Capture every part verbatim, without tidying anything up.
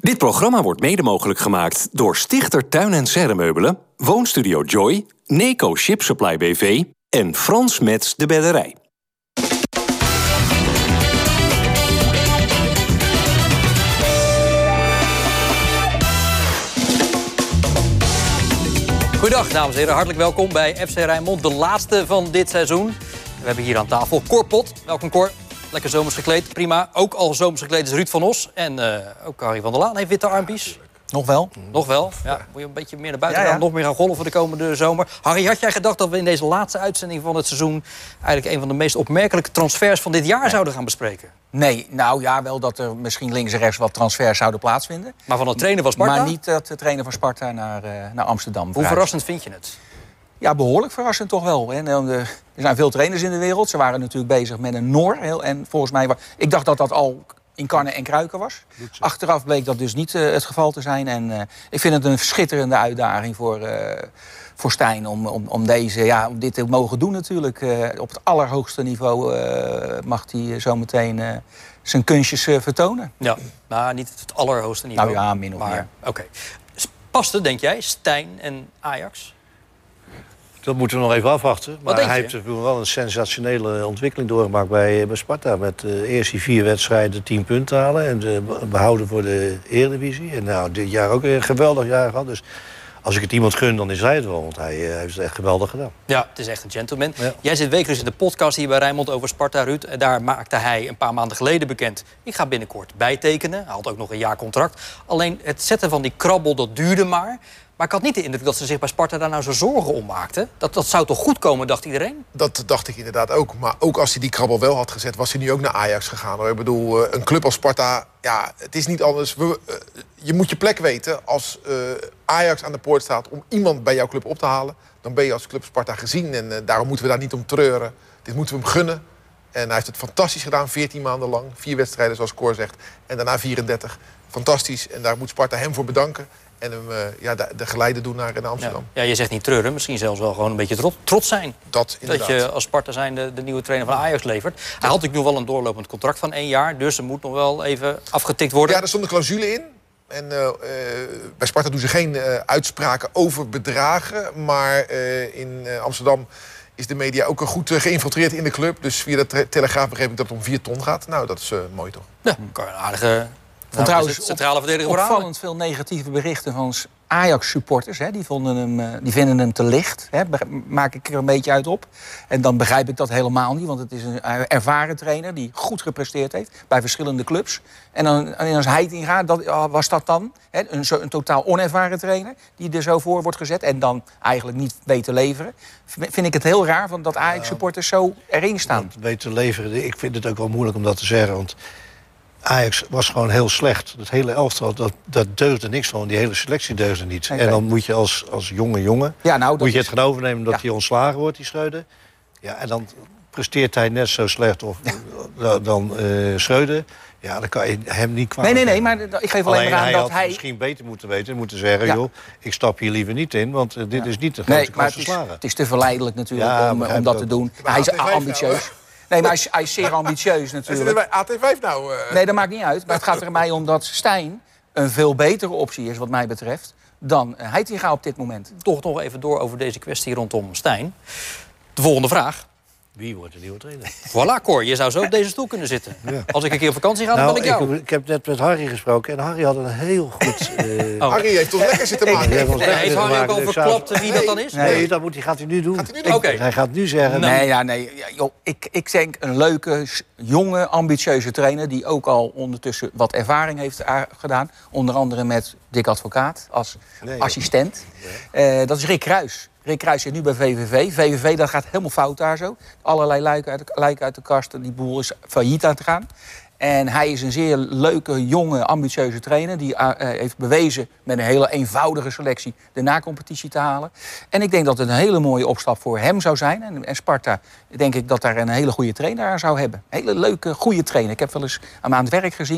Dit programma wordt mede mogelijk gemaakt door Stichter Tuin en Serremeubelen, Woonstudio Joy, Neco Ship Supply B V en Frans Metz de Bedderij. Goedendag, dames en heren. Hartelijk welkom bij F C Rijnmond, de laatste van dit seizoen. We hebben hier aan tafel Cor Pot. Welkom, Cor. Lekker zomers gekleed, prima. Ook al zomers gekleed is Ruud van Os. En uh, ook Harry van der Laan heeft witte armpjes. Nog wel. Nog wel. Ja, moet je een beetje meer naar buiten ja, ja. gaan. Nog meer gaan golven de komende zomer. Harry, had jij gedacht dat we in deze laatste uitzending van het seizoen eigenlijk een van de meest opmerkelijke transfers van dit jaar nee. zouden gaan bespreken? Nee, nou ja, wel dat er misschien links en rechts wat transfers zouden plaatsvinden. Maar van de trainer van Sparta? Maar niet dat de trainer van Sparta naar, uh, naar Amsterdam Hoe verhuist. verrassend vind je het? Ja, behoorlijk verrassend toch wel. Hè. Er zijn veel trainers in de wereld. Ze waren natuurlijk bezig met een Noor. En volgens mij, ik dacht dat dat al in karnen en kruiken was. Achteraf bleek dat dus niet uh, het geval te zijn. En uh, ik vind het een schitterende uitdaging voor, uh, voor Stijn om, om, om, deze, ja, om dit te mogen doen natuurlijk. Uh, op het allerhoogste niveau uh, mag hij zo meteen uh, zijn kunstjes uh, vertonen. Ja, maar niet het allerhoogste niveau. Nou ja, min of maar, meer. Oké. Okay. Past het, denk jij, Stijn en Ajax? Dat moeten we nog even afwachten. Wat maar hij heeft wel een sensationele ontwikkeling doorgemaakt bij, bij Sparta. Met uh, eerst die vier wedstrijden tien punten halen en uh, behouden voor de Eredivisie. En nou, dit jaar ook weer een geweldig jaar gehad. Dus als ik het iemand gun, dan is hij het wel. Want hij uh, heeft het echt geweldig gedaan. Ja, het is echt een gentleman. Ja. Jij zit wekelijks in de podcast hier bij Rijnmond over Sparta, Ruud. En daar maakte hij een paar maanden geleden bekend. Ik ga binnenkort bijtekenen. Hij had ook nog een jaar contract. Alleen het zetten van die krabbel, dat duurde maar. Maar ik had niet de indruk dat ze zich bij Sparta daar nou zo zorgen om maakten. Dat, dat zou toch goed komen, dacht iedereen? Dat dacht ik inderdaad ook. Maar ook als hij die krabbel wel had gezet, was hij nu ook naar Ajax gegaan. Hoor. Ik bedoel, een club als Sparta, ja, het is niet anders. We, uh, je moet je plek weten als uh, Ajax aan de poort staat om iemand bij jouw club op te halen. Dan ben je als club Sparta gezien. En uh, daarom moeten we daar niet om treuren. Dit moeten we hem gunnen. En hij heeft het fantastisch gedaan, veertien maanden lang. Vier wedstrijden, zoals Cor zegt. En daarna vierendertig. Fantastisch. En daar moet Sparta hem voor bedanken. En hem uh, ja, de, de geleide doen naar, naar Amsterdam. Ja. ja, je zegt niet treuren, misschien zelfs wel gewoon een beetje trots, trots zijn. Dat, inderdaad. Dat je als Sparta zijn de, de nieuwe trainer van Ajax levert. Hij had natuurlijk nog wel een doorlopend contract van één jaar. Dus er moet nog wel even afgetikt worden. Ja, er stond een clausule in. En uh, uh, bij Sparta doen ze geen uh, uitspraken over bedragen. Maar uh, in uh, Amsterdam is de media ook goed uh, geïnfiltreerd in de club. Dus via de Telegraaf begreep ik dat het om vier ton gaat. Nou, dat is uh, mooi toch? Ja, kan een aardige... Nou, trouwens, centrale verdediger op, voor opvallend veel negatieve berichten van Ajax-supporters. Hè. Die, vonden hem, uh, die vinden hem te licht. Hè. Maak ik er een beetje uit op. En dan begrijp ik dat helemaal niet. Want het is een ervaren trainer die goed gepresteerd heeft bij verschillende clubs. En, dan, en als Heitinga, dat, was dat dan hè, een, een totaal onervaren trainer die er zo voor wordt gezet en dan eigenlijk niet weet te leveren. Vind ik het heel raar want dat Ajax-supporters zo erin staan. Weet te leveren, ik vind het ook wel moeilijk om dat te zeggen. Want Ajax was gewoon heel slecht. Het hele elftal, dat, dat deugde niks van. Die hele selectie deugde niet. Okay. En dan moet je als, als jonge jongen ja, nou, moet je het is... gaan overnemen dat ja. hij ontslagen wordt, die Schreuder. Ja, en dan presteert hij net zo slecht of, ja. dan uh, Schreuder. Ja, dan kan je hem niet kwalijk. Nee, nee, nee, maar ik geef alleen, alleen maar aan hij dat had hij... misschien beter moeten weten, moeten zeggen... Ja. joh, ik stap hier liever niet in, want uh, dit ja. is niet de grote nee, kans te slagen. Het is te verleidelijk natuurlijk ja, om, om dat te doen. Hij is ambitieus. Nee, maar hij is, hij is zeer ambitieus natuurlijk. Is het bij A T vijf nou? Uh... Nee, dat maakt niet uit. Maar het gaat er mij om dat Stijn een veel betere optie is, wat mij betreft, dan Heitinga op dit moment. Toch nog even door over deze kwestie rondom Stijn. De volgende vraag. Wie wordt de nieuwe trainer? Voilà, Cor, je zou zo op deze stoel kunnen zitten. Ja. Als ik een keer op vakantie ga, dan nou, bel ik jou. Ik, ik heb net met Harry gesproken en Harry had een heel goed... Uh... Oh. Harry heeft toch lekker zitten maken? Nee, nee, heeft Harry ook al verklapt wie nee, dat dan is? Nee, nee dat moet, gaat hij nu doen. Gaat hij, nu doen? Okay. Hij gaat nu zeggen... Nee, nee, ja, nee ja, joh, ik, ik denk een leuke, jonge, ambitieuze trainer... die ook al ondertussen wat ervaring heeft gedaan. Onder andere met Dick Advocaat als nee, assistent. Ja. Uh, dat is Rick Kruijs. Rick Kruijs zit nu bij V V V. V V V, dat gaat helemaal fout daar zo. Allerlei lijken uit de, lijken uit de kast. Die boel is failliet aan te gaan. En hij is een zeer leuke, jonge, ambitieuze trainer... die uh, heeft bewezen met een hele eenvoudige selectie... de na-competitie te halen. En ik denk dat het een hele mooie opstap voor hem zou zijn. En, en Sparta, denk ik dat daar een hele goede trainer aan zou hebben. Een hele leuke, goede trainer. Ik heb wel eens hem aan het werk gezien.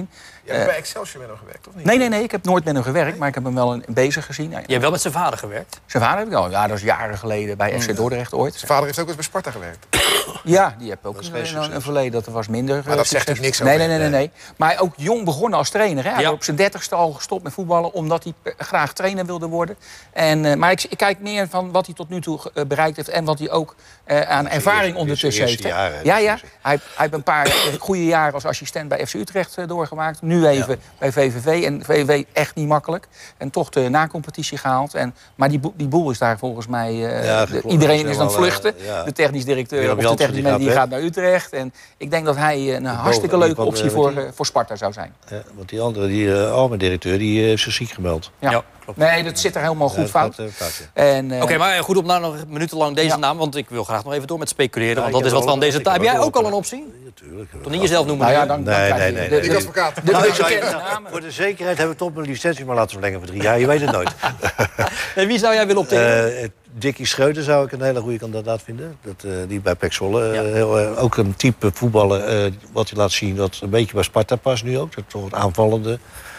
Je hebt bij Excelsior met hem gewerkt, of niet? Nee, nee, nee. Ik heb nooit met hem gewerkt, nee? maar ik heb hem wel een, bezig gezien. Ja, ja. Je hebt wel met zijn vader gewerkt? Zijn vader heb ik al. Ja, dat is jaren geleden bij F C Dordrecht ooit. Zijn vader heeft ook eens bij Sparta gewerkt. Ja, die heeft ook een, een, een verleden. Dat was minder. Maar dat zegt natuurlijk niks over. Nee, nee, nee, nee, nee. Maar ook jong begonnen als trainer. Hè. Hij ja. op zijn dertigste al gestopt met voetballen, omdat hij graag trainer wilde worden. En, uh, maar ik, ik kijk meer van wat hij tot nu toe uh, bereikt heeft en wat hij ook uh, aan ervaring eerste, ondertussen heeft. Jaren, ja, ja. Hij, hij heeft een paar goede jaren als assistent bij F C Utrecht uh, doorgemaakt. Nu even ja. bij V V V. En V V V echt niet makkelijk. En toch de na-competitie gehaald. En, maar die, die boel is daar volgens mij... Uh, ja, de, iedereen is aan het vluchten. Uh, ja. De technisch directeur of de technisch man die gaat naar Utrecht. En ik denk dat hij een hartstikke leuke optie voor, uh, voor Sparta zou zijn. Ja, want die andere, die uh, Almen-directeur, die heeft uh, zich ziek gemeld. Ja. Ja. Klopt. Nee, dat zit er helemaal goed ja, fout. Uh, ja. uh, Oké, okay, maar goed om nou nog minutenlang deze ja. naam... want ik wil graag nog even door met speculeren... Ja, want dat is wat van deze tijd. Heb jij ook al een optie? Ja, tuurlijk. Toch niet jezelf noemen? Nou ja, dan, nee, dan nee, nee. nee, nee. Ik advocaat. Voor de zekerheid heb ik toch mijn licentie maar laten verlengen voor drie jaar. Je weet het nooit. En wie zou jij willen opteren? Uh, Dickie Schreuder zou ik een hele goede kandidaat vinden. Dat, uh, die bij P E C Zwolle. Uh, ja. heel, uh, ook een type voetballer uh, wat hij laat zien... dat een beetje bij Sparta past nu ook. Dat toch het aanvallende...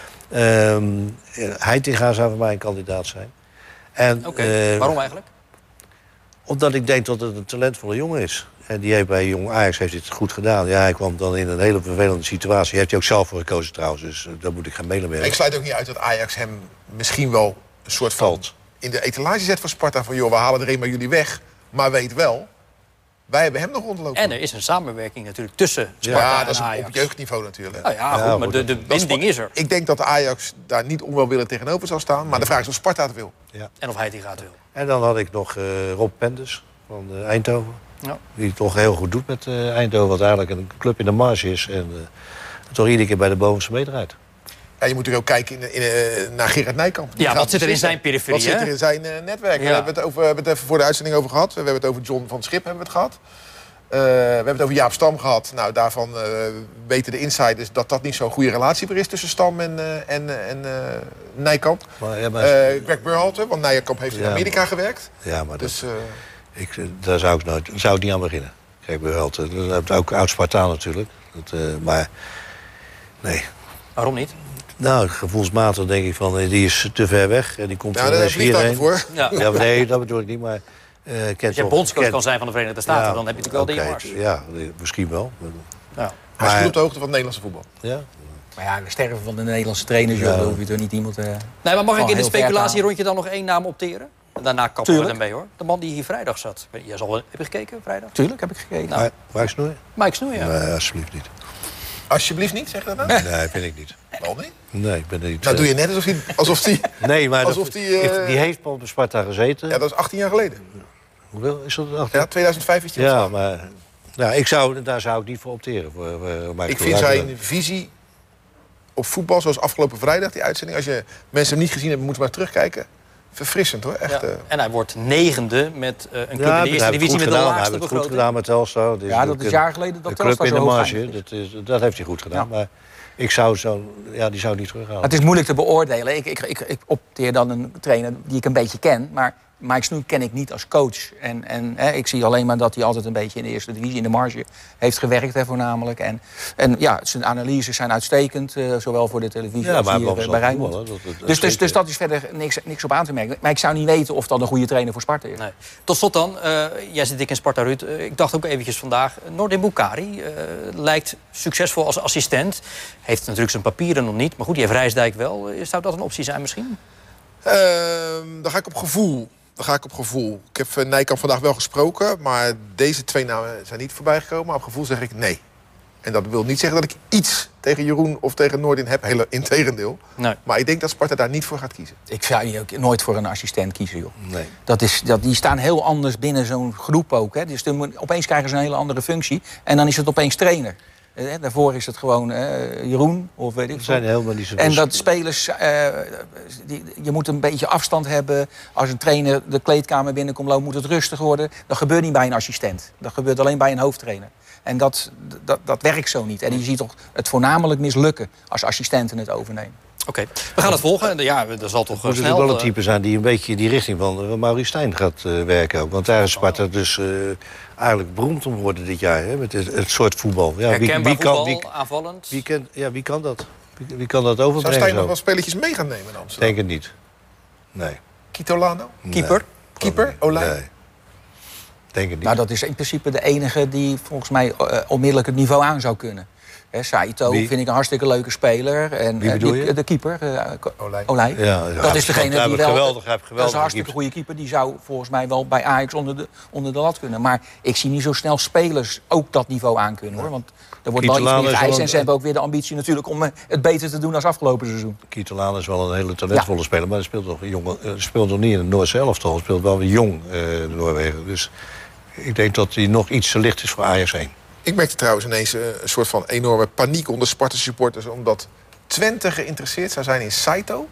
Um, Heitinga zou voor mij een kandidaat zijn. Oké, okay. uh, waarom eigenlijk? Omdat ik denk dat het een talentvolle jongen is. En die heeft bij Jong Ajax heeft het goed gedaan. Ja, hij kwam dan in een hele vervelende situatie. Hij heeft hij ook zelf voor gekozen trouwens, dus daar moet ik gaan mailen mee. Ik sluit ook niet uit dat Ajax hem misschien wel een soort van... Valt. in de etalage zet van Sparta. Van joh, we halen er een bij jullie weg. Maar weet wel... wij hebben hem nog rondlopen. En er is een samenwerking natuurlijk tussen Sparta ja, en dat is Ajax. Op jeugdniveau natuurlijk. Nou ja, goed, ja, maar de, de binding is er. Ik denk dat de Ajax daar niet onwelwillend tegenover zal staan. Maar de vraag is of Sparta het wil. Ja. En of hij die gaat wil. En dan had ik nog uh, Rob Penders van uh, Eindhoven. Ja. Die het toch heel goed doet met uh, Eindhoven. Wat eigenlijk een club in de marge is. En uh, toch iedere keer bij de bovenste meter uit. Ja, je moet er ook kijken in, in, in, naar Gerard Nijkamp. Die ja, wat zit er in zijn periferie? Wat zit er in zijn uh, netwerk? Ja. We hebben het, over, we hebben het even voor de uitzending over gehad. We hebben het over John van Schip hebben we het gehad. Uh, we hebben het over Jaap Stam gehad. Nou, daarvan uh, weten de insiders dat dat niet zo'n goede relatie meer is tussen Stam en, uh, en, en uh, Nijkamp. Maar, ja, maar... Uh, Greg Berhalter, want Nijkamp heeft in ja, Amerika maar... gewerkt. Ja, maar dus, dat, uh... ik, daar zou ik, nooit, zou ik niet aan beginnen. Greg Berhalter, dat heeft ook oud-Spartaan natuurlijk. Dat, uh, maar nee. Waarom niet? Nou, gevoelsmatig denk ik van, die is te ver weg. En die komt ja, daar is hierheen. Voor. Ja. Ja, nee, dat bedoel ik niet, maar... Uh, Als je bondscoach kan zijn van de Verenigde Staten, ja, dan heb je natuurlijk wel okay, de mars. Ja, misschien wel. Ja. Hij is goed op de hoogte van het Nederlandse voetbal. Ja. Maar ja, we sterven van de Nederlandse trainers, ja. Dan hoef je toch niet iemand... Uh, nee, maar mag ik in het speculatierondje dan nog één naam opteren? En daarna kappen we ermee, hoor. De man die hier vrijdag zat. Jij zal wel... Heb je gekeken vrijdag? Tuurlijk heb ik gekeken. Nou. Mike Snoei? Mike Snoei, ja. Nee, alsjeblieft niet. Alsjeblieft niet, zeg je dat nou? Nee, vind ik niet. Waarom niet? Nee, ik ben er niet... Nou, doe je net alsof die... Alsof die nee, maar alsof dat, die, uh... die heeft op Sparta gezeten. Ja, dat is achttien jaar geleden. Hoeveel is dat? achttien? Ja, tweeduizend vijf is die ja, maar nou, ik zou, daar zou ik niet voor opteren. Voor, voor ik vind zijn visie op voetbal, zoals afgelopen vrijdag, die uitzending... als je mensen hem niet gezien hebben, moeten maar terugkijken. Verfrissend, hoor. Echt, ja. uh... En hij wordt negende met uh, een club ja, in de eerste divisie met de laagste begroting. Hij heeft het goed gedaan met Telstar. Dus ja, dat is een jaar geleden dat Telstar zo hoog is. Dat, is, dat heeft hij goed gedaan. Ja. Maar ik zou zo, ja, die zou niet terughalen. Het is moeilijk te beoordelen. Ik, ik, ik, ik opteer dan een trainer die ik een beetje ken, maar... Mike Snoei ken ik niet als coach. En, en hè, ik zie alleen maar dat hij altijd een beetje in de eerste divisie, in de marge, heeft gewerkt, hè, voornamelijk. En, en ja, zijn analyses zijn uitstekend, uh, zowel voor de televisie ja, als hier uh, bij Rijnmond. Dat, dat, dat dus, dus, dus dat is verder niks, niks op aan te merken. Maar ik zou niet weten of dat een goede trainer voor Sparta is. Nee. Tot slot dan, uh, jij zit dik in Sparta, Ruud. Uh, ik dacht ook eventjes vandaag, Nordin Boukhari uh, lijkt succesvol als assistent. Heeft natuurlijk zijn papieren nog niet, maar goed, die heeft Rijsdijk wel. Uh, zou dat een optie zijn misschien? Uh, dan ga ik op gevoel. Dan ga ik op gevoel. Ik heb uh, Nijkamp vandaag wel gesproken, maar deze twee namen zijn niet voorbij gekomen. Maar op gevoel zeg ik nee. En dat wil niet zeggen dat ik iets tegen Jeroen of tegen Nordin heb. Hele integendeel. Nee. Maar ik denk dat Sparta daar niet voor gaat kiezen. Ik zou hier ook nooit voor een assistent kiezen, joh. Nee. Dat is, dat, die staan heel anders binnen zo'n groep ook. Hè. Dus de, opeens krijgen ze een hele andere functie. En dan is het opeens trainer. Eh, daarvoor is het gewoon uh, Jeroen of weet ik veel. Zijn helemaal niet zo. En dat spelers, uh, die, je moet een beetje afstand hebben. Als een trainer de kleedkamer binnenkomt lopen, moet het rustig worden. Dat gebeurt niet bij een assistent. Dat gebeurt alleen bij een hoofdtrainer. En dat, dat, dat werkt zo niet. En je ziet toch het voornamelijk mislukken als assistenten het overnemen. Oké, okay. We gaan het volgen. Ja, dat zal toch het snel... Het moet wel een type zijn die een beetje in die richting van uh, Maurice Stijn gaat uh, werken ook. Want daar is Sparta dus uh, eigenlijk beroemd om worden dit jaar. Hè, met het, het soort voetbal. Ja, wie, wie kan, voetbal, wie, aanvallend. Wie, kan, ja, wie kan dat? Wie, wie kan dat Zou overbrengen? Stijn nog zo? wel spelletjes mee gaan nemen in Amsterdam? Denk het niet. Nee. Kitolano? Keeper? Nee. Keeper? Olij? Nee. Denk het niet. Nou, dat is in principe de enige die volgens mij uh, onmiddellijk het niveau aan zou kunnen. He, Saito Wie? vind ik een hartstikke leuke speler. En, Wie uh, bedoel die- je? De keeper, uh, Olij. Olij. Ja, ja, Dat is degene hij die heeft wel... geweldig, hij heeft dat is geweldig een hartstikke gekiept. goede keeper. Die zou volgens mij wel bij Ajax onder de, onder de lat kunnen. Maar ik zie niet zo snel spelers ook dat niveau aan kunnen, hoor. Want er wordt wel iets Kitolano meer is geëist. wel En een- ze hebben ook weer de ambitie natuurlijk om uh, het beter te doen als afgelopen seizoen. Kitolano is wel een hele talentvolle speler, maar hij speelt nog, jonge, uh, speelt nog niet in het Noordse elftal. Hij speelt wel weer jong, uh, de Noorwegen. Dus ik denk dat hij nog iets te licht is voor Ajax één. Ik merkte trouwens ineens uh, een soort van enorme paniek onder Sparta-supporters, omdat Twente geïnteresseerd zou zijn in Saito.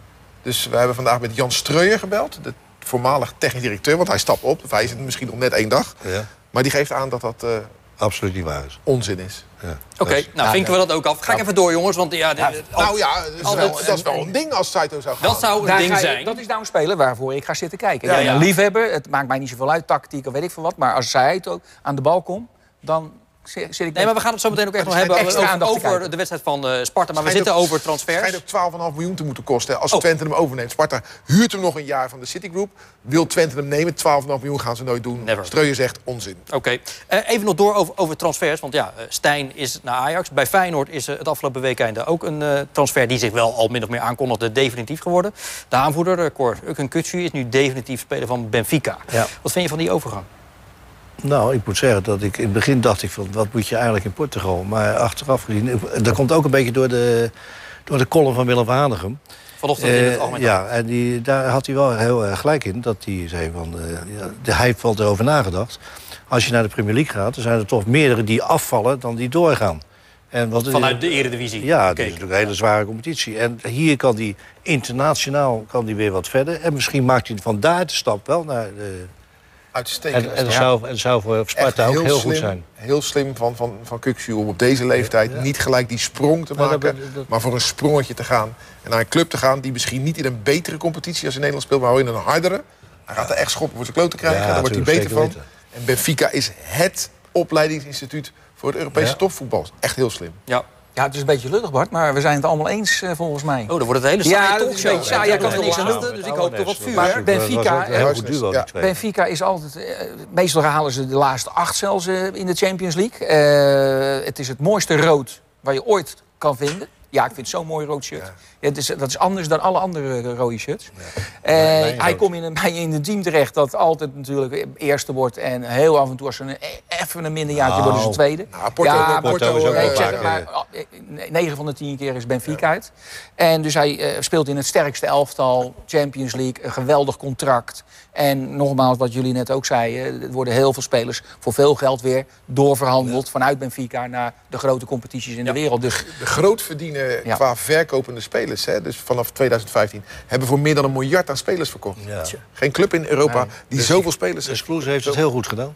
Dus we hebben vandaag met Jan Streuer gebeld, de voormalig technisch directeur, want hij stapt op. Hij is het misschien nog net één dag. Ja. Maar die geeft aan dat dat uh, Absoluut niet waar is. onzin is. Ja. Oké, Dat is- nou vinken we dat ook af. Ga ik even door, jongens. Want ja, de- al- Nou ja, dat is, al- wel, dat is wel een ding als Saito zou gaan. dat zou een Daar ding ga je- zijn. Dat is nou een speler waarvoor ik ga zitten kijken. Ja, ik ben ja. een liefhebber, het maakt mij niet zoveel uit, tactiek of weet ik veel wat. Maar als Saito aan de bal komt, dan zit zit ik... Nee, maar we gaan het zo meteen ook echt nog Het hebben schijnt extra over, aandacht te over kijken. de wedstrijd van uh, Sparta. Maar we Schijnt zitten ook- over Het schijnt transfers. ook twaalf komma vijf miljoen te moeten kosten. Als Oh. Twente hem overneemt. Sparta huurt hem nog een jaar van de Citigroup. Wil Twente hem nemen? twaalf komma vijf miljoen gaan ze nooit doen. Never. Streuer zegt onzin. Oké, Eh, even nog door over, over transfers. Want ja, uh, Stijn is naar Ajax. Bij Feyenoord is uh, het afgelopen weekende ook een uh, transfer die zich wel al min of meer aankondigde definitief geworden. De aanvoerder, uh, Cor Ukun-Kutsu, is nu definitief speler van Benfica. Ja. Wat vind je van die overgang? Nou, ik moet zeggen dat ik in het begin dacht ik van wat moet je eigenlijk in Portugal, maar achteraf gezien, dat komt ook een beetje door de door de column van Willem van Hanegem. Vanochtend in het Eh, algemeen. ja, en die, daar had hij wel heel erg gelijk in. Dat hij zei van, uh, ja, de, hij heeft wel erover nagedacht. Als je naar de Premier League gaat, dan zijn er toch meerdere die afvallen dan die doorgaan. En wat, Vanuit de Eredivisie. Ja, dat is gekeken. natuurlijk een hele zware competitie. En hier kan hij internationaal kan die weer wat verder. En misschien maakt hij vandaar de stap wel naar de... Uitstekend. En, en, dat zou, en dat zou voor Sparta Echt ook heel slim, goed zijn. Heel slim van, van, van Kukçu om op deze leeftijd Ja, ja. niet gelijk die sprong te Maar dat- maken. dat- dat- Maar voor een sprongetje te gaan. En naar een club te gaan die misschien niet in een betere competitie als in Nederland speelt, maar wel in een hardere. Hij gaat er echt schoppen voor zijn kloot te krijgen. Ja, Daar wordt hij natuurlijk, beter van. zeker weten. En Benfica is het opleidingsinstituut voor het Europese Ja. topvoetbal. Echt heel slim. Ja. Ja, het is een beetje lullig, Bart, maar we zijn het allemaal eens uh, volgens mij. Oh, dan wordt het een hele Ja, saaie dat is talkshow. een beetje saai. Ja, ik kan er niks aan doen. Dus ik hoop toch wat vuur. Maar Benfica, een heel goed eh, duo, ja. die twee. Benfica is altijd... eh, meestal halen ze de laatste acht zelfs eh, in de Champions League. Eh, het is het mooiste rood waar je ooit kan vinden. Ja, ik vind het zo'n mooi rood shirt. Ja. Ja, het is, dat is anders dan alle andere eh, rode shirts. Eh, Nee, nee, hij rood. komt in een, bij in een team terecht dat altijd natuurlijk eerste wordt. En heel af en toe als ze een, even een minderjaartje Nou. worden ze tweede. Nou, Porto- ja, Porto is ook nee, wel ik zeg vaak, het maar, oh, negen van de tien keer is Benfica uit. En dus hij eh, speelt in het sterkste elftal, Champions League, een geweldig contract. En nogmaals, wat jullie net ook zeiden, er worden heel veel spelers voor veel geld weer doorverhandeld vanuit Benfica naar de grote competities in de wereld. Dus De groot verdienen Ja. qua verkopende spelers, hè, dus vanaf tweeduizend vijftien, hebben voor meer dan een miljard aan spelers verkocht. Ja. Geen club in Europa die zoveel spelers Dus heeft. Kloes heeft het heel goed gedaan.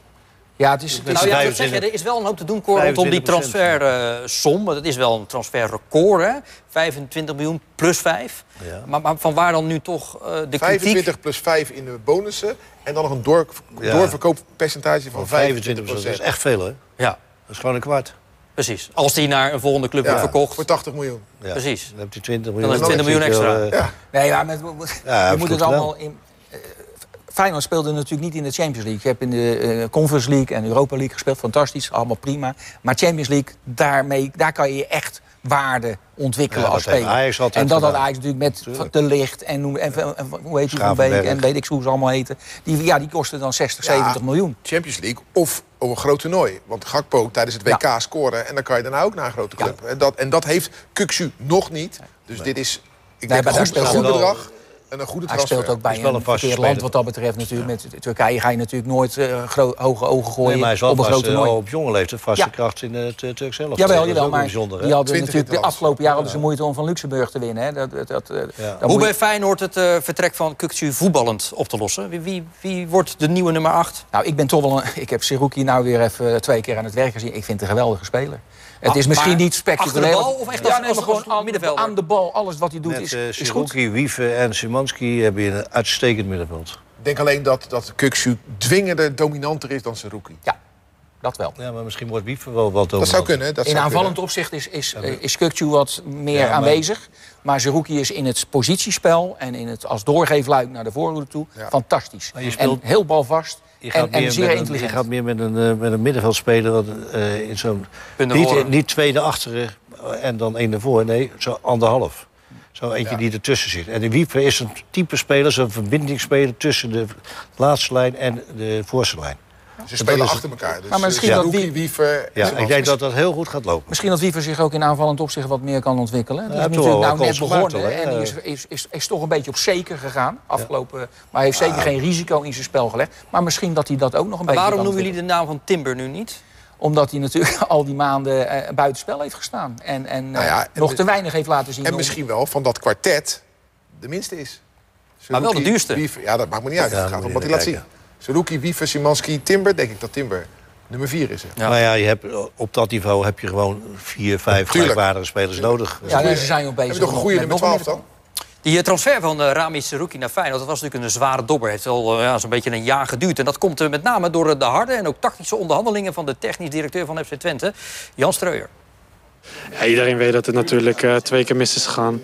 ja, het is... Het is Nou ja, ik moet vijfentwintig zeggen, er is wel een hoop te doen, Cor, rondom die vijfentwintig transfersom. Het is wel een transferrecord, hè? vijfentwintig miljoen plus vijf. Ja. Maar, maar van waar dan nu toch uh, de kritiek? vijfentwintig plus vijf in de bonussen. En dan nog een door, Ja. doorverkooppercentage van vijfentwintig procent. Dat procent. is echt veel, hè? Ja, Dat is gewoon een kwart. precies. Als die naar een volgende club wordt verkocht. Voor tachtig miljoen. Ja. Precies. Dan heb je twintig miljoen. Dan is het twintig miljoen extra. Eh, Ja. Nee, maar met, hij je heeft moet goed het allemaal in. eh, Feyenoord speelde natuurlijk niet in de Champions League. Je hebt in de eh, Conference League en Europa League gespeeld, fantastisch, allemaal prima. Maar Champions League, daarmee, daar kan je echt waarde ontwikkelen Ja, als dat heeft speler. Ajax altijd en dat had gedaan. Ajax natuurlijk met Tuurlijk. De Ligt en, noem- en, en, en hoe heet die van Schavenberg. Beek en weet ik hoe ze allemaal heten. Die, ja, die kosten dan zestig, Ja. zeventig miljoen. Champions League of op een groot toernooi. Want Gakpo tijdens het W K Ja. scoren en dan kan je daarna ook naar een grote club. En, dat, en dat heeft Kukçu nog niet. Dus dit is ik Nee, denk maar een daar goed, een speelt goed hij wel- bedrag en een goede Hij transfer. speelt ook bij is wel een een vaste verkeerd land speler. wat dat betreft natuurlijk. Met Turkije ga je natuurlijk nooit eh, gro- hoge ogen gooien Nee, maar hij is wel op een vast, groot eh, toernooi. al op jonge leeftijd vaste Ja. kracht in het uh, Turks zelf. Jawel, Dat is jawel, ook maar bijzonder, hè? die hadden twintig natuurlijk de interlands. afgelopen jaar hadden ze moeite om van Luxemburg te winnen. Hè. Dat, dat, dat, eh, Ja. dan Hoe moet je- bij Feyenoord het uh, vertrek van Kukçu voetballend op te lossen? Wie, wie, wie wordt de nieuwe nummer acht? Nou, ik ben toch wel een, ik heb Seruki nou weer even twee keer aan het werk gezien. Ik vind het een geweldige speler. Het is Ah, misschien maar niet spectaculair. achter de bal of echt ja, als- nee, als- maar gewoon als aan, middenvelder? aan de bal. Alles wat hij doet Met is, uh, is goed. Siruki, Wieve en Szymanski hebben hier een uitstekend middenveld. Ik denk alleen dat, dat Kukçu dwingender, dominanter is dan zijn rookie. Ja, Dat wel. Ja, maar misschien wordt Wiever wel wat over. Dat zou kunnen. Dat in zou aanvallend kunnen. opzicht is, is, is Kökçü wat meer ja, maar... aanwezig. Maar Zerouki is in het positiespel en in het als doorgeefluik naar de voorhoede toe ja. fantastisch. Speelt... En heel balvast Je gaat, en, en zeer een, intelligent. je gaat meer met een, uh, met een middenveldspeler wat, uh, in zo'n... Niet, niet tweede achteren en dan één ervoor. Nee, zo anderhalf. Zo eentje ja. die ertussen zit. En de Wiever is een type speler, zo'n verbindingsspeler tussen de laatste lijn en de voorste lijn. Ze spelen is... achter elkaar. Dus maar misschien ja. dat Wiever, Wiever ja, ik denk dat dat heel goed gaat lopen. Misschien dat Wiever zich ook in aanvallend opzicht wat meer kan ontwikkelen. Die ja, is natuurlijk nou net begonnen gemaakt, en die is, is, is, is toch een beetje op zeker gegaan. Afgelopen, ja. Maar hij heeft zeker ah. geen risico in zijn spel gelegd. Maar misschien dat hij dat ook nog een maar beetje waarom kan noemen jullie de naam van Timber nu niet? Omdat hij natuurlijk al die maanden uh, buitenspel heeft gestaan. En, en, nou ja, uh, en nog te weinig heeft laten zien. En om... misschien wel van dat kwartet de minste is. Zerouki, maar wel de duurste. Wiever, ja, dat maakt me niet uit. Ja, Het gaat om wat hij laat zien. Zerouki, Wiever, Szymanski, Timber. Denk ik dat Timber nummer vier is. Ja. Maar ja, je hebt, op dat niveau heb je gewoon vier, vijf gelijkwaardige spelers nodig. Ja, en ze zijn ook bezig. Heb je toch een goede nummer twaalf dan? Die transfer van uh, Rami Zerouki naar Feyenoord, dat was natuurlijk een zware dobber. Het heeft al uh, ja, zo'n beetje een jaar geduurd. En dat komt uh, met name door uh, de harde en ook tactische onderhandelingen van de technisch directeur van F C Twente, Jan Streuer. Ja, iedereen weet dat het natuurlijk uh, twee keer mis is gegaan.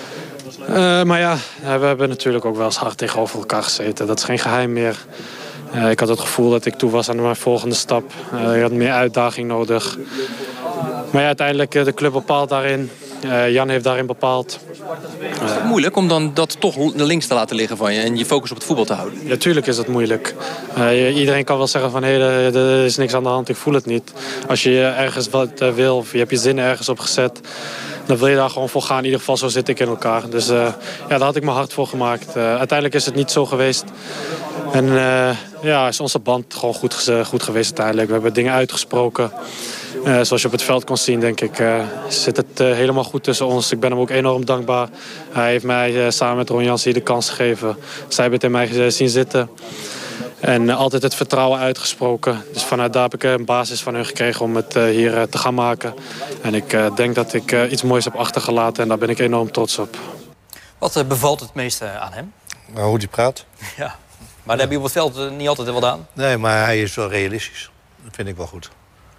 Uh, maar ja, we hebben natuurlijk ook wel eens hard tegenover elkaar gezeten. Dat is geen geheim meer. Uh, ik had het gevoel dat ik toe was aan mijn volgende stap. Uh, ik had meer uitdaging nodig. Maar ja, uiteindelijk uh, de club bepaalt daarin. Uh, Jan heeft daarin bepaald. Is het moeilijk om dan dat toch links te laten liggen van je en je focus op het voetbal te houden? Natuurlijk is dat moeilijk. Uh, iedereen kan wel zeggen van hé, hey, er is niks aan de hand, ik voel het niet. Als je ergens wat uh, wil of je hebt je zin ergens op gezet, dan wil je daar gewoon voor gaan. In ieder geval zo zit ik in elkaar. Dus uh, ja, daar had ik me hard voor gemaakt. Uh, uiteindelijk is het niet zo geweest. En uh, ja, is onze band gewoon goed, goed geweest uiteindelijk. We hebben dingen uitgesproken. Uh, zoals je op het veld kon zien, denk ik, uh, zit het uh, helemaal goed tussen ons. Ik ben hem ook enorm dankbaar. Hij heeft mij uh, samen met Ron Jans hier de kans gegeven. Zij hebben het in mij uh, zien zitten. En uh, altijd het vertrouwen uitgesproken. Dus vanuit daar heb ik uh, een basis van hun gekregen om het uh, hier uh, te gaan maken. En ik uh, denk dat ik uh, iets moois heb achtergelaten en daar ben ik enorm trots op. Wat uh, bevalt het meeste aan hem? Nou, hoe hij praat. Ja, maar daar heb je op het veld uh, niet altijd wel aan. Nee, maar hij is wel realistisch. Dat vind ik wel goed.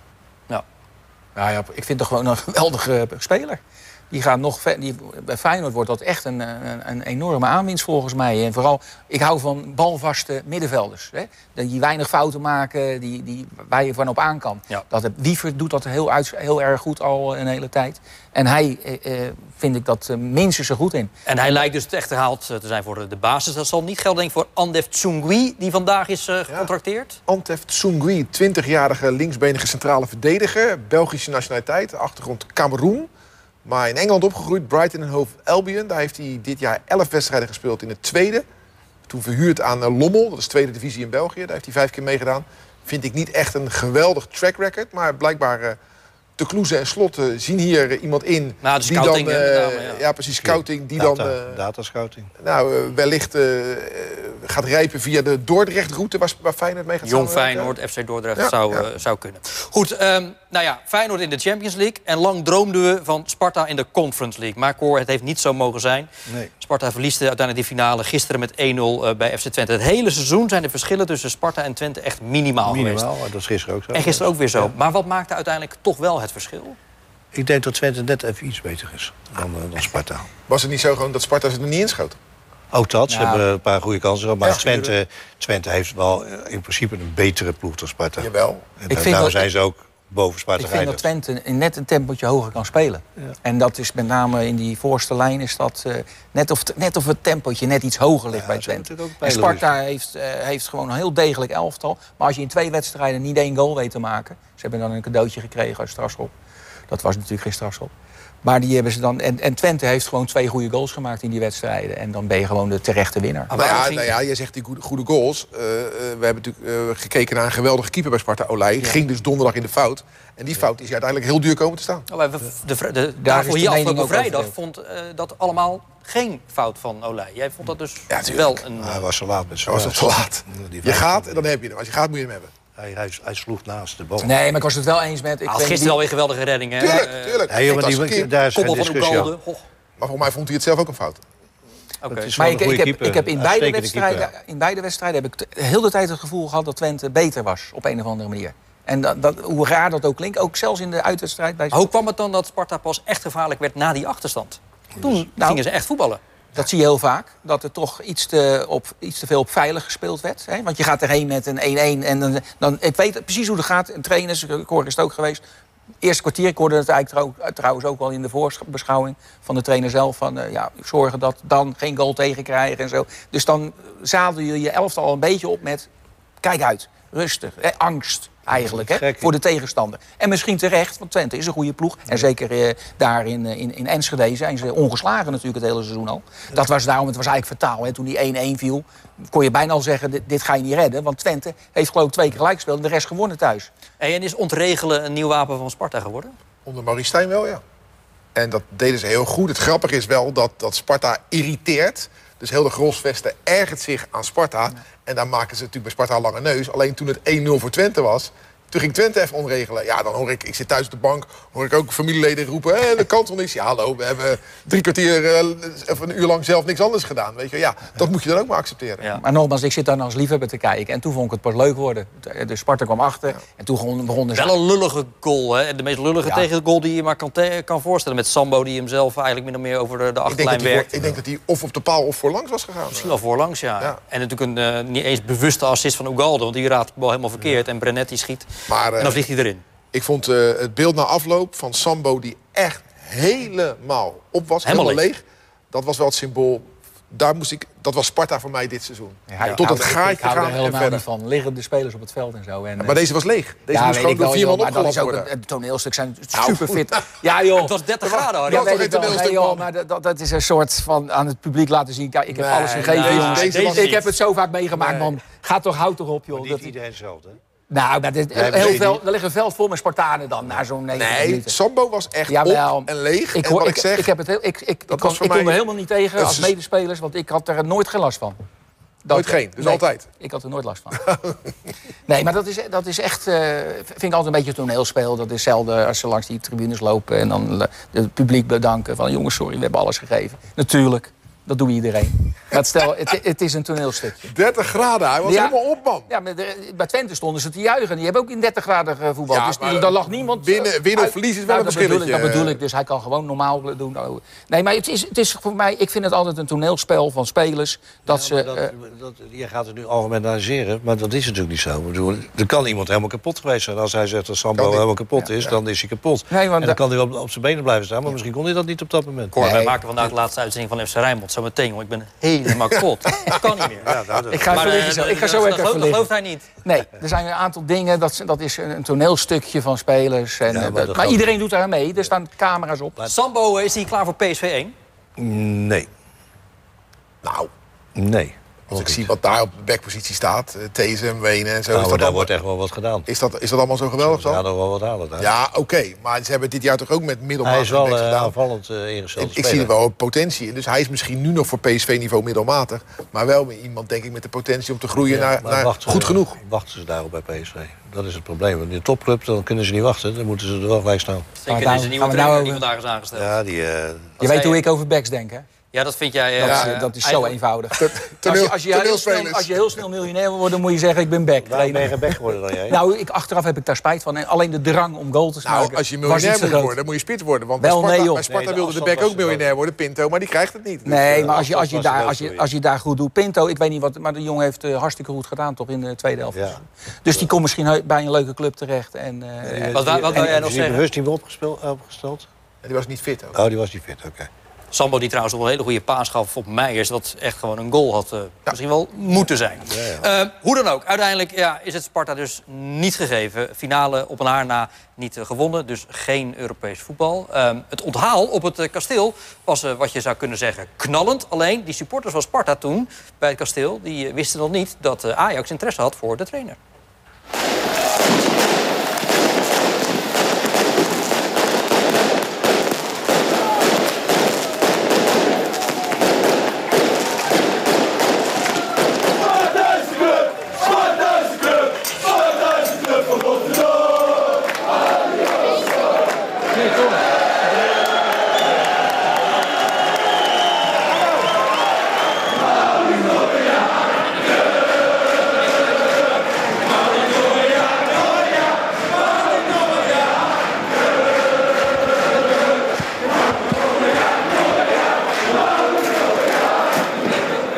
Ja, ja, ik vind het gewoon een geweldige speler. Die gaat nog ver, die, bij Feyenoord wordt dat echt een, een, een enorme aanwinst volgens mij. En vooral, ik hou van balvaste middenvelders. Hè? Die weinig fouten maken, die, die, waar je van op aan kan. Ja. Dat, Wiever doet dat heel, uit, heel erg goed al een hele tijd. En hij eh, vind ik dat minstens zo goed in. En hij lijkt dus echt gehaald te zijn voor de basis. Dat zal niet gelden denk ik, voor Andef Tsungui, die vandaag is uh, gecontracteerd. Ja. Andef Tsungui, twintigjarige linksbenige centrale verdediger. Belgische nationaliteit, achtergrond Cameroen. Maar in Engeland opgegroeid, Brighton en Hove Albion. Daar heeft hij dit jaar elf wedstrijden gespeeld in het tweede. Toen verhuurd aan Lommel, dat is tweede divisie in België. Daar heeft hij vijf keer meegedaan. Vind ik niet echt een geweldig track record. Maar blijkbaar uh, de Kloeze en Slot uh, zien hier uh, iemand in. Nou, de die scouting, dan, uh, name, ja. ja, precies, scouting. Die Data, dan, uh, datascouting. Nou, uh, wellicht uh, gaat rijpen via de Dordrecht-route waar, waar Feyenoord mee gaat Jong samenwerken. Feyenoord, F C Dordrecht ja, zou, ja. uh, zou kunnen. Goed, um, nou ja, Feyenoord in de Champions League. En lang droomden we van Sparta in de Conference League. Maar Cor, het heeft niet zo mogen zijn. Nee. Sparta verliest uiteindelijk die finale gisteren met één nul uh, bij F C Twente. Het hele seizoen zijn de verschillen tussen Sparta en Twente echt minimaal, Minimaal, geweest. dat is gisteren ook zo. En gisteren ook weer zo. Ja. Maar wat maakte uiteindelijk toch wel het verschil? Ik denk dat Twente net even iets beter is dan, uh, dan Sparta. Was het niet zo gewoon dat Sparta ze er niet inschoot? Ook dat, ze Ja. hebben een paar goede kansen gehad. Maar Ja, Twente, Twente heeft wel uh, in principe een betere ploeg dan Sparta. Jawel. En Ik vind daarom dat- zijn ze ook boven Sparta Ik vind dat geëindigd. Twente net een tempootje hoger kan spelen. Ja. En dat is met name in die voorste lijn is dat uh, net, of, net of het tempootje net iets hoger ligt Ja, bij ze hebben Twente. natuurlijk En ook bij Sparta heeft, uh, heeft gewoon een heel degelijk elftal. Maar als je in twee wedstrijden niet één goal weet te maken. Ze hebben dan een cadeautje gekregen uit strafschop. Dat was natuurlijk geen strafschop. Maar die hebben ze dan. En, en Twente heeft gewoon twee goede goals gemaakt in die wedstrijden. En dan ben je gewoon de terechte winnaar. Maar Nou ja, ging- nou ja, je zegt die goede, goede goals. Uh, uh, we hebben natuurlijk uh, gekeken naar een geweldige keeper bij Sparta, Olij. Ja. Ging dus donderdag in de fout. En die fout is uiteindelijk heel duur komen te staan. Oh, de, de, de, de, Daar tafel is de hier mening afgelopen ook vrijdag over vond uh, dat allemaal geen fout van Olij. Jij vond dat dus Ja, tuurlijk. wel een... Ah, hij was zo laat met zijn Dat was al te laat. Die Je vijf- gaat en dan heb je hem. Als je gaat moet je hem hebben. Hij, hij, hij sloeg naast de bal. Nee, maar ik was het wel eens met. Ik Hij had weet gisteren niet- alweer geweldige reddingen. hè? Tuurlijk, Eh, tuurlijk. Nee, joh, maar die, Fantastische keeper. daar is geen Koppel van discussie Oegalde. over. Goh, Maar volgens mij vond hij het zelf ook een fout. oké. Het is Maar wel ik, een ik, goede heb, keeper. ik heb in beide, Uitstekende wedstrijden, keeper. in beide wedstrijden heb ik t- heel de tijd het gevoel gehad dat Twente beter was. Op een of andere manier. En dat, dat, hoe raar dat ook klinkt, ook zelfs in de uitwedstrijd. Bij... Hoe kwam het dan dat Sparta pas echt gevaarlijk werd na die achterstand? Toen nou, gingen ze echt voetballen. Dat zie je heel vaak, dat er toch iets te, op, iets te veel op veilig gespeeld werd. Hè? Want je gaat erheen met een één-één en dan, dan... Ik weet precies hoe het gaat. Een trainer, ik hoor is het ook geweest. Eerste kwartier, ik hoorde het eigenlijk trouw, trouwens ook wel in de voorbeschouwing van de trainer zelf. Van uh, ja, zorgen dat dan geen goal tegenkrijgen en zo. Dus dan zadel je je elftal al een beetje op met... Kijk uit, rustig, hè, angst eigenlijk, hè, voor de tegenstander. En misschien terecht, want Twente is een goede ploeg. En zeker uh, daar in, in, in Enschede zijn ze ongeslagen natuurlijk het hele seizoen al. Dat was daarom, het was eigenlijk fataal. Hè. Toen die één-één viel, kon je bijna al zeggen, dit, dit ga je niet redden. Want Twente heeft geloof ik twee keer gelijk gespeeld en de rest gewonnen thuis. Hey, en is ontregelen een nieuw wapen van Sparta geworden? Onder Maurice Stijn wel, ja. En dat deden ze heel goed. Het grappige is wel dat, dat Sparta irriteert. Dus heel de Grosvesten ergert zich aan Sparta. Ja. En dan maken ze natuurlijk bij Sparta lange neus. Alleen toen het één nul voor Twente was... Toen ging Twente even onregelen. Ja, dan hoor ik, ik zit thuis op de bank, hoor ik ook familieleden roepen... Hé, dat kan toch niet? Ja, hallo, we hebben drie kwartier, uh, of een uur lang zelf niks anders gedaan. Weet je? Ja, dat moet je dan ook maar accepteren. Ja. Maar nogmaals, ik zit daar als liefhebber te kijken. En toen vond ik het pas leuk worden. De Sparta kwam achter ja. en toen begonnen ze... Wel een lullige goal, hè? De meest lullige ja. tegengoal die je maar kan, kan voorstellen. Met Sambo die hem zelf eigenlijk min of meer over de, de achterlijn werkt. Voor, ik denk dat hij of op de paal of voorlangs was gegaan. Misschien wel voorlangs, ja. ja. En natuurlijk een uh, niet eens bewuste assist van Ugalde. Want die raadt de bal helemaal verkeerd. Ja. En Brenetti schiet. Maar, uh, en dan vliegt hij erin. Ik vond uh, het beeld na afloop van Sambo die echt helemaal op was, helemaal, helemaal leeg. leeg. Dat was wel het symbool. Daar moest ik, dat was Sparta voor mij dit seizoen. Ja, ja, tot het gaatje gaan er helemaal niet van. Liggende spelers op het veld en zo. En, ja, maar deze was leeg. Deze ja, moest gewoon door vier man opgelost worden. Het toneelstuk zijn super fit. Ja, joh. Het was dertig graden, hoor. Ja, weet ik wel. Hey, joh, maar dat, dat is een soort van aan het publiek laten zien. Kijk, ik heb nee, alles gegeven, nee, jongens. Deze, deze ik heb het zo vaak meegemaakt, nee. man. Ga toch, houd toch op, joh. Maar niet dat iedereen hetzelfde, hè? Nou, dat is, nee, heel veel, er ligt een veld vol met Spartanen dan, na zo'n negen Nee, minuten. Sambo was echt ja, wel, op en leeg. Ik, en wat ik, ik, zeg, ik, heb het heel, ik, ik, ik, kon, ik kon er helemaal niet tegen als medespelers, want ik had er nooit geen last van. Dat, nooit geen, dus nee, altijd? Ik had er nooit last van. Nee, maar dat is, dat is echt, uh, vind ik altijd een beetje toneelspel. Dat is zelden als ze langs die tribunes lopen en dan het publiek bedanken van jongens, sorry, we hebben alles gegeven. Natuurlijk. Dat doet iedereen. Maar stel, het, het is een toneelstukje. dertig graden, hij was ja, helemaal op, man. Ja, maar de, bij Twente stonden ze te juichen. Die hebben ook in dertig graden voetbal. Ja, dus daar lag niemand... Winnen, winnen of verliezen is wel nou, een verschilletje. Dat bedoel ik, dus hij kan gewoon normaal doen. Nee, maar het is, het is voor mij... Ik vind het altijd een toneelspel van spelers. Dat ja, ze... Dat, uh, dat, je gaat het nu algemeniseren, maar dat is natuurlijk niet zo. Ik bedoel, er kan iemand helemaal kapot geweest zijn. Als hij zegt dat Sambo helemaal kapot is, ja, ja. dan is hij kapot. Nee, en dan kan hij op, op zijn benen blijven staan. Maar ja. misschien kon hij dat niet op dat moment. Cor, wij maken vandaag de laatste uitzending van F C Rijnmond. Zo meteen, want ik ben helemaal kapot. Dat kan niet meer. Ja, nou, dat... Ik ga, maar, uh, zo, ik ga zo even geloof, dat gelooft hij niet. Nee, er zijn een aantal dingen. Dat, dat is een toneelstukje van spelers. En, ja, maar dat, maar iedereen doet daar mee. Er staan camera's op. Sambo, is hij klaar voor P S V één? Nee. Nou. Nee. Als ik zie wat daar op de backpositie staat, uh, Tezen, Wenen en zo. Nou, is dat daar allemaal... wordt echt wel wat gedaan. Is dat, is dat allemaal zo geweldig dan? Ja, nog wel wat halen daar. Ja, oké. Okay. Maar ze hebben dit jaar toch ook met middelmaat Hij is wel uh, aanvallend uh, ingesteld. Ik, ik zie er wel potentie in. Dus hij is misschien nu nog voor P S V-niveau middelmatig. Maar wel iemand, denk ik, met de potentie om te groeien ja, naar, naar wachten, goed genoeg. Wachten ze daarop bij P S V. Dat is het probleem. Want in de topclub dan kunnen ze niet wachten. Dan moeten ze er wel gelijk staan. Zeker deze nieuwe trainer die vandaag is aangesteld. Ja, die, uh, je weet hoe ik over backs denk, hè? Ja, dat vind jij... Uh, dat, is, ja, dat is zo eenvoudig. Als je, als, je heel snel, als je heel snel miljonair wil worden, moet je zeggen, ik ben back. Waarom ben je back geworden dan jij? Nou, ik, achteraf heb ik daar spijt van. En alleen de drang om goal te nou, maken. Als je miljonair moet worden, dan moet je spits worden. Want Wel, bij Sparta, nee, bij Sparta nee, wilde de back ook miljonair worden, Pinto. Maar die krijgt het niet. Nee, dus, maar als je, als, je daar, als, je, als je daar goed doet... Pinto, ik weet niet wat... Maar de jongen heeft uh, hartstikke goed gedaan, toch, in de tweede helft. Ja. Dus die komt misschien bij een leuke club terecht. En, uh, ja, wat wat wil jij nog zeggen? Bewust niet opgesteld? Die was niet fit ook. Oh, die was niet fit, oké. Okay. Sambo die trouwens nog een hele goede paas gaf op Meijers. Wat echt gewoon een goal had uh, ja. misschien wel moeten zijn. Ja, ja. Uh, hoe dan ook, uiteindelijk ja, is het Sparta dus niet gegeven. Finale op een haar na niet uh, gewonnen. Dus geen Europees voetbal. Uh, het onthaal op het uh, kasteel was uh, wat je zou kunnen zeggen knallend. Alleen die supporters van Sparta toen bij het kasteel... die uh, wisten nog niet dat uh, Ajax interesse had voor de trainer.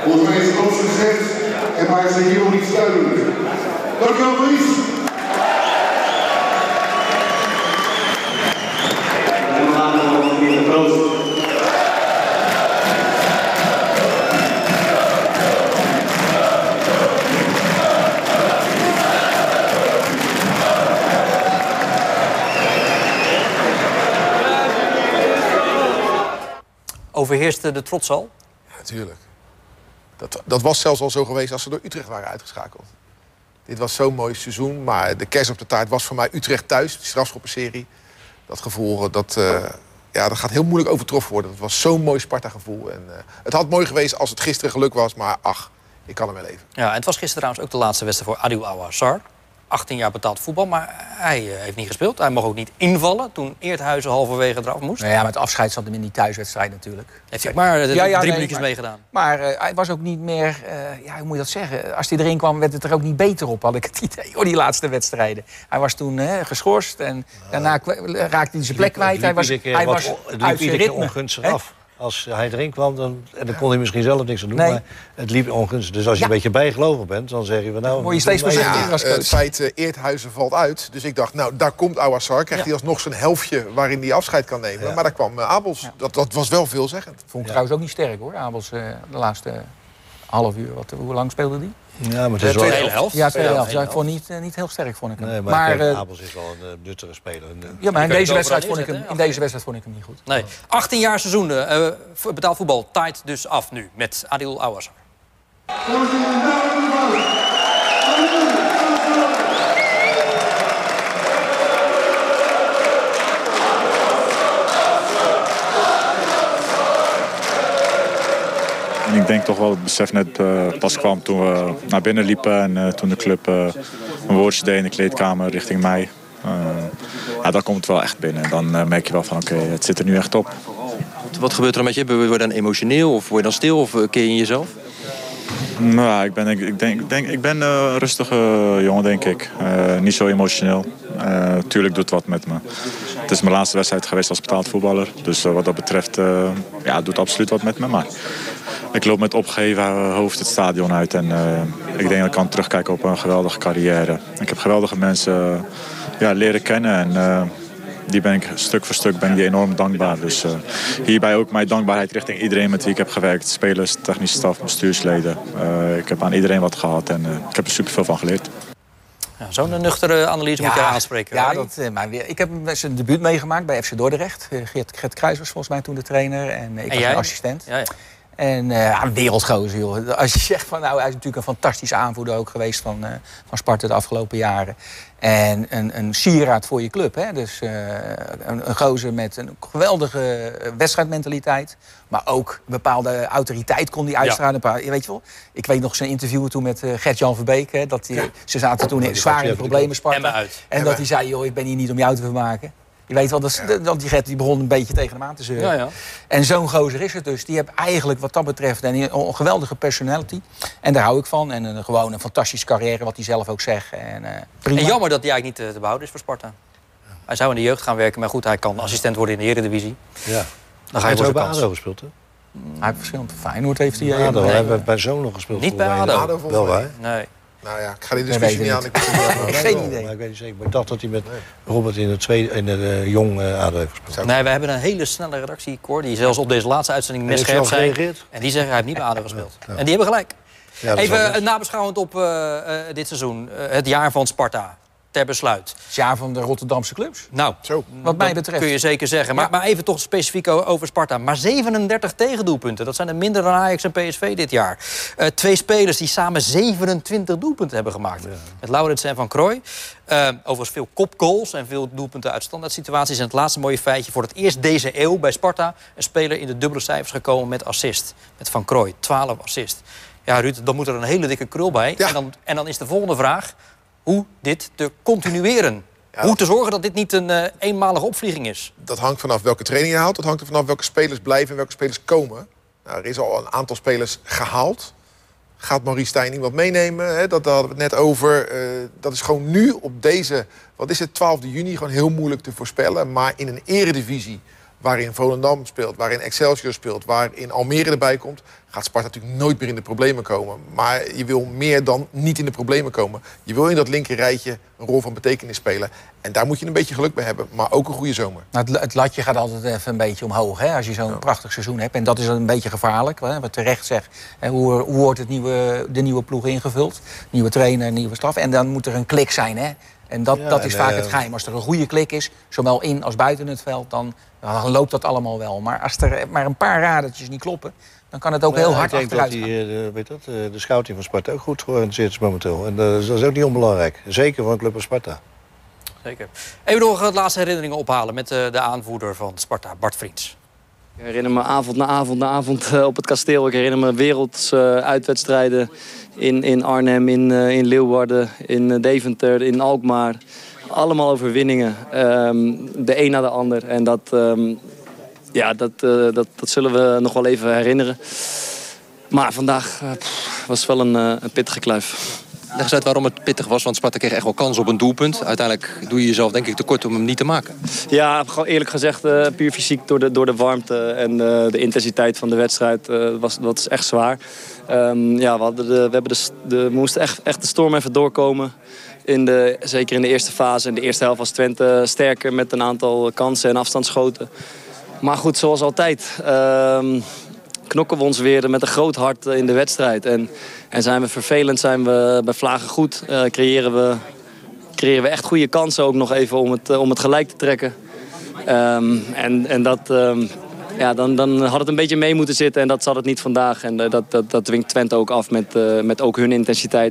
Volgens mij is het alles gezegd en maar is er hier nog iets duidelijk. Dankjewel, Maurice. En we gaan nog weer de proost. Overheerste de trots al? Ja, natuurlijk. Dat, dat was zelfs al zo geweest als ze door Utrecht waren uitgeschakeld. Dit was zo'n mooi seizoen, maar de kers op de taart was voor mij Utrecht thuis, die strafschoppenserie. Dat gevoel, dat, uh, ja, dat gaat heel moeilijk overtroffen worden. Dat was zo'n mooi Sparta-gevoel. En, uh, het had mooi geweest als het gisteren geluk was, maar ach, ik kan er wel leven. Ja, en het was gisteren trouwens ook de laatste wedstrijd voor Adil Aouassar. achttien jaar betaald voetbal, maar hij uh, heeft niet gespeeld. Hij mocht ook niet invallen toen Eerthuizen halverwege eraf moest. Nou ja, met afscheid zat hem in die thuiswedstrijd natuurlijk. Heeft hij ook maar uh, ja, ja, drie nee, minuutjes maar, meegedaan. Maar uh, hij was ook niet meer, uh, ja, hoe moet je dat zeggen? Als hij erin kwam, werd het er ook niet beter op, had ik het idee, hoor, die laatste wedstrijden. Hij was toen uh, geschorst en daarna raakte hij zijn plek kwijt. Hij was, hij was het uit liep zijn iedere keer ritme. ongunstig He? af. Als hij erin kwam, dan, en dan kon hij misschien zelf niks aan doen. Nee. Maar het liep ongunstig. Dus als je Ja. een beetje bijgelovig bent, dan zeg je van nou... Word je steeds voorzichtiger Ja, als uh, coach. het feit uh, Eerthuizen valt uit. Dus ik dacht, nou, daar komt Aouassar. Krijgt Ja. hij alsnog zijn helftje waarin hij afscheid kan nemen. Ja. Maar daar kwam uh, Abels. Ja. Dat, dat was wel veelzeggend. Vond ik trouwens ook niet sterk, hoor, Abels, uh, de laatste half uur. Wat, hoe lang speelde die? Ja, maar het De is wel... tweede helft. Ja, tweede helft. Ja, Ja, ik vond niet, uh, niet heel sterk, vond ik hem. Nee, maar maar kijk, uh, Abels is wel een uh, nuttige speler. En, uh, ja, maar in het deze, overal wedstrijd vond ik hem, neerzetten, in hè? deze wedstrijd vond ik hem niet goed. Nee. achttien jaar seizoen uh, betaald voetbal taait dus af nu met Adil Aouassar. En ik denk toch wel het besef net uh, pas kwam toen we naar binnen liepen en uh, toen de club uh, een woordje deed in de kleedkamer richting mij. Uh, ja, dan komt het wel echt binnen. Dan uh, merk je wel van oké, okay, het zit er nu echt op. Wat gebeurt er dan met je? Word je dan emotioneel of word je dan stil of keer je in jezelf? Nou, ik ben, ik, ik denk, ik denk, ik ben een rustige jongen, denk ik. Uh, niet zo emotioneel. Uh, tuurlijk doet het wat met me. Het is mijn laatste wedstrijd geweest als betaald voetballer. Dus uh, wat dat betreft, uh, ja, het doet absoluut wat met me. Maar ik loop met opgeheven hoofd het stadion uit. En uh, ik denk dat ik kan terugkijken op een geweldige carrière. Ik heb geweldige mensen uh, ja, leren kennen. En uh, die ben ik stuk voor stuk ben ik die enorm dankbaar. Dus uh, hierbij ook mijn dankbaarheid richting iedereen met wie ik heb gewerkt. Spelers, technische staf, bestuursleden. Uh, ik heb aan iedereen wat gehad en uh, ik heb er superveel van geleerd. Ja, zo'n nuchtere analyse moet je aanspreken. Ja, hè? dat, uh, maar weer. Ik heb zijn debuut meegemaakt bij F C Dordrecht. Uh, Geert, Gert Kruijs was volgens mij toen de trainer en uh, ik En was jij? een assistent. Ja, ja. En uh, een wereldgozer, joh. Als je zegt van, nou, hij is natuurlijk een fantastische aanvoerder ook geweest van, uh, van Sparta de afgelopen jaren. En een, een sieraad voor je club, hè. Dus uh, een, een gozer met een geweldige wedstrijdmentaliteit. Maar ook een bepaalde autoriteit kon hij uitstralen. Ja. Weet je wel? Ik weet nog zijn interview toen met uh, Gert-Jan Verbeek. Hè, dat die, ja. Ze zaten toen in zwaar in de problemen, Sparta. En, en dat hij zei, joh, ik ben hier niet om jou te vermaken. Je weet wel, dat, ja. dat die Gert die begon een beetje tegen hem aan te zeuren. Ja, ja. En zo'n gozer is het dus. Die heeft eigenlijk wat dat betreft een, een geweldige personality. En daar hou ik van. En een, gewoon een fantastische carrière, wat hij zelf ook zegt. En, uh, prima. En jammer dat hij eigenlijk niet te behouden is voor Sparta. Hij zou in de jeugd gaan werken, maar goed, hij kan assistent worden in de Eredivisie. Ja. Dan ga je hij voor bij zijn ADO gespeeld, hè? Hij heeft verschillend. Feyenoord heeft hij... ADO, nee, hij heeft bij zoon nog gespeeld. Niet bij ADO. ADO wel waar. Nee. Nou ja, ik ga die discussie niet aan. Ik geen idee. Maar ik weet niet zeker. Maar ik dacht dat hij met Robert in het tweede, in het uh, jong uh, ADO heeft gespeeld. Nee, we hebben een hele snelle redactie, Cor, die zelfs op deze laatste uitzending messcherp zijn. En die zeggen hij heeft niet bij ADO gespeeld. Ja. En die hebben gelijk. Ja, even nabeschouwend op uh, uh, dit seizoen. Uh, het jaar van Sparta. Ter besluit. Het jaar van de Rotterdamse clubs. Nou, zo. Wat mij betreft. Kun je zeker zeggen. Maar, ja. maar even toch specifiek over Sparta. Maar zevenendertig tegendoelpunten. Dat zijn er minder dan Ajax en P S V dit jaar. Uh, twee spelers die samen zevenentwintig doelpunten hebben gemaakt. Ja. Met Laurits en Van Krooij. Uh, overigens veel kopgoals en veel doelpunten uit standaard situaties. En het laatste mooie feitje. Voor het eerst deze eeuw bij Sparta. Een speler in de dubbele cijfers gekomen met assist. Met Van Krooij. twaalf assist. Ja, Ruud, dan moet er een hele dikke krul bij. Ja. En, dan, en dan is de volgende vraag... hoe dit te continueren. Ja, hoe te zorgen dat dit niet een uh, eenmalige opvlieging is. Dat hangt vanaf welke training je haalt. Dat hangt er vanaf welke spelers blijven en welke spelers komen. Nou, er is al een aantal spelers gehaald. Gaat Maurice Stijn iemand meenemen? Hè? Dat, daar hadden we het net over. Uh, dat is gewoon nu op deze, wat is het, twaalfde juni... gewoon heel moeilijk te voorspellen. Maar in een eredivisie waarin Volendam speelt, waarin Excelsior speelt, waarin Almere erbij komt, gaat Sparta natuurlijk nooit meer in de problemen komen. Maar je wil meer dan niet in de problemen komen. Je wil in dat linker rijtje een rol van betekenis spelen. En daar moet je een beetje geluk bij hebben, maar ook een goede zomer. Nou, het, het latje gaat altijd even een beetje omhoog, hè, als je zo'n ja. prachtig seizoen hebt. En dat is een beetje gevaarlijk, hè, wat terecht zegt. Hè, hoe, hoe wordt het nieuwe, de nieuwe ploeg ingevuld? Nieuwe trainer, nieuwe staf. En dan moet er een klik zijn, hè. En dat, ja, dat is en, vaak uh, het geheim. Als er een goede klik is, zowel in als buiten het veld, dan, dan loopt dat allemaal wel. Maar als er maar een paar radertjes niet kloppen, dan kan het ook heel hard achteruit gaan. Ik denk dat die, uh, weet dat, uh, de scouting van Sparta ook goed georganiseerd is momenteel. En uh, dat is ook niet onbelangrijk. Zeker voor een club als Sparta. Zeker. Even nog het laatste herinneringen ophalen met uh, de aanvoerder van Sparta, Bart Vriends. Ik herinner me avond na avond na avond uh, op het kasteel. Ik herinner me werelds uh, uitwedstrijden in, in Arnhem, in, uh, in Leeuwarden, in uh, Deventer, in Alkmaar. Allemaal overwinningen. Um, de een na de ander. En dat, um, ja, dat, uh, dat, dat zullen we nog wel even herinneren. Maar vandaag uh, pff, was wel een, uh, een pittige kluif. Leg eens uit waarom het pittig was, want Sparta kreeg echt wel kans op een doelpunt. Uiteindelijk doe je jezelf denk ik tekort om hem niet te maken. Ja, gewoon eerlijk gezegd, uh, puur fysiek door de, door de warmte en uh, de intensiteit van de wedstrijd. Uh, was, dat is echt zwaar. Um, ja, we, hadden de, we, hebben de, de, we moesten echt, echt de storm even doorkomen. In de, zeker in de eerste fase. In de eerste helft was Twente sterker met een aantal kansen en afstandsschoten. Maar goed, zoals altijd... Um, knokken we ons weer met een groot hart in de wedstrijd. En, en zijn we vervelend, zijn we bij vlagen goed. Uh, creëren, we, creëren we echt goede kansen ook nog even om het, om het gelijk te trekken. Um, en en dat, um, ja, dan, dan had het een beetje mee moeten zitten en dat zat het niet vandaag. En uh, dat, dat, dat dwingt Twente ook af met, uh, met ook hun intensiteit.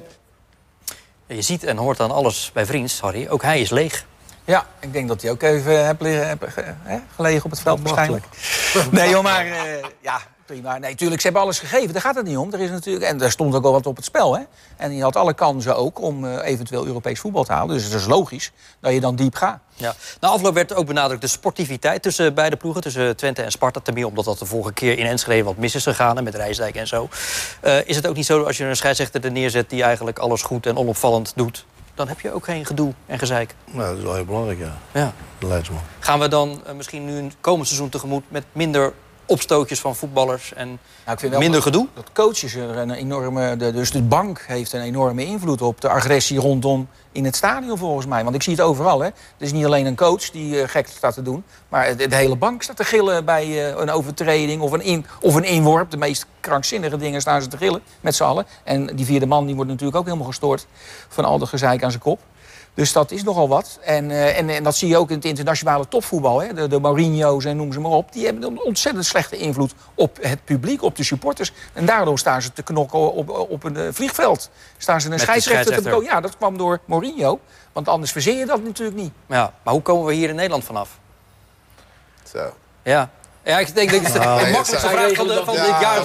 Je ziet en hoort aan alles bij Vriends, Harry. Ook hij is leeg. Ja, ik denk dat hij ook even heb liggen, heb, he, gelegen op het veld waarschijnlijk. Nee joh, maar uh, ja... Prima. Nee, natuurlijk, ze hebben alles gegeven. Daar gaat het niet om. Er is natuurlijk, en er stond ook al wat op het spel. Hè? En je had alle kansen ook om uh, eventueel Europees voetbal te halen. Dus het is logisch dat je dan diep gaat. Ja. Na afloop werd ook benadrukt de sportiviteit tussen beide ploegen. Tussen Twente en Sparta. Ten meer omdat dat de vorige keer in Enschede wat mis is gegaan. Met Rijsdijk en zo. Uh, is het ook niet zo als je een scheidsrechter er neerzet die eigenlijk alles goed en onopvallend doet? Dan heb je ook geen gedoe en gezeik. Nou, dat is wel heel belangrijk, ja. Ja. De leidsman. Gaan we dan uh, misschien nu een komend seizoen tegemoet met minder opstootjes van voetballers en nou, ik vind wel minder dat, gedoe? Dat coaches er een enorme... De, dus de bank heeft een enorme invloed op de agressie rondom in het stadion volgens mij. Want ik zie het overal. Hè. Het is niet alleen een coach die uh, gek staat te doen. Maar de, de hele bank staat te gillen bij uh, een overtreding of een, in, of een inworp. De meest krankzinnige dingen staan ze te gillen met z'n allen. En die vierde man die wordt natuurlijk ook helemaal gestoord van al de gezeik aan zijn kop. Dus dat is nogal wat. En, uh, en, en dat zie je ook in het internationale topvoetbal. Hè. De, de Mourinho's en noem ze maar op. Die hebben een ontzettend slechte invloed op het publiek, op de supporters. En daardoor staan ze te knokken op, op een uh, vliegveld. Staan ze een scheidsrechter te bekomen. Ja, dat kwam door Mourinho. Want anders verzeer je dat natuurlijk niet. Ja, maar hoe komen we hier in Nederland vanaf? Zo. Ja. Ja, ik denk dat het de Ah, makkelijkste ja, vraag van, de, van ja, dit jaar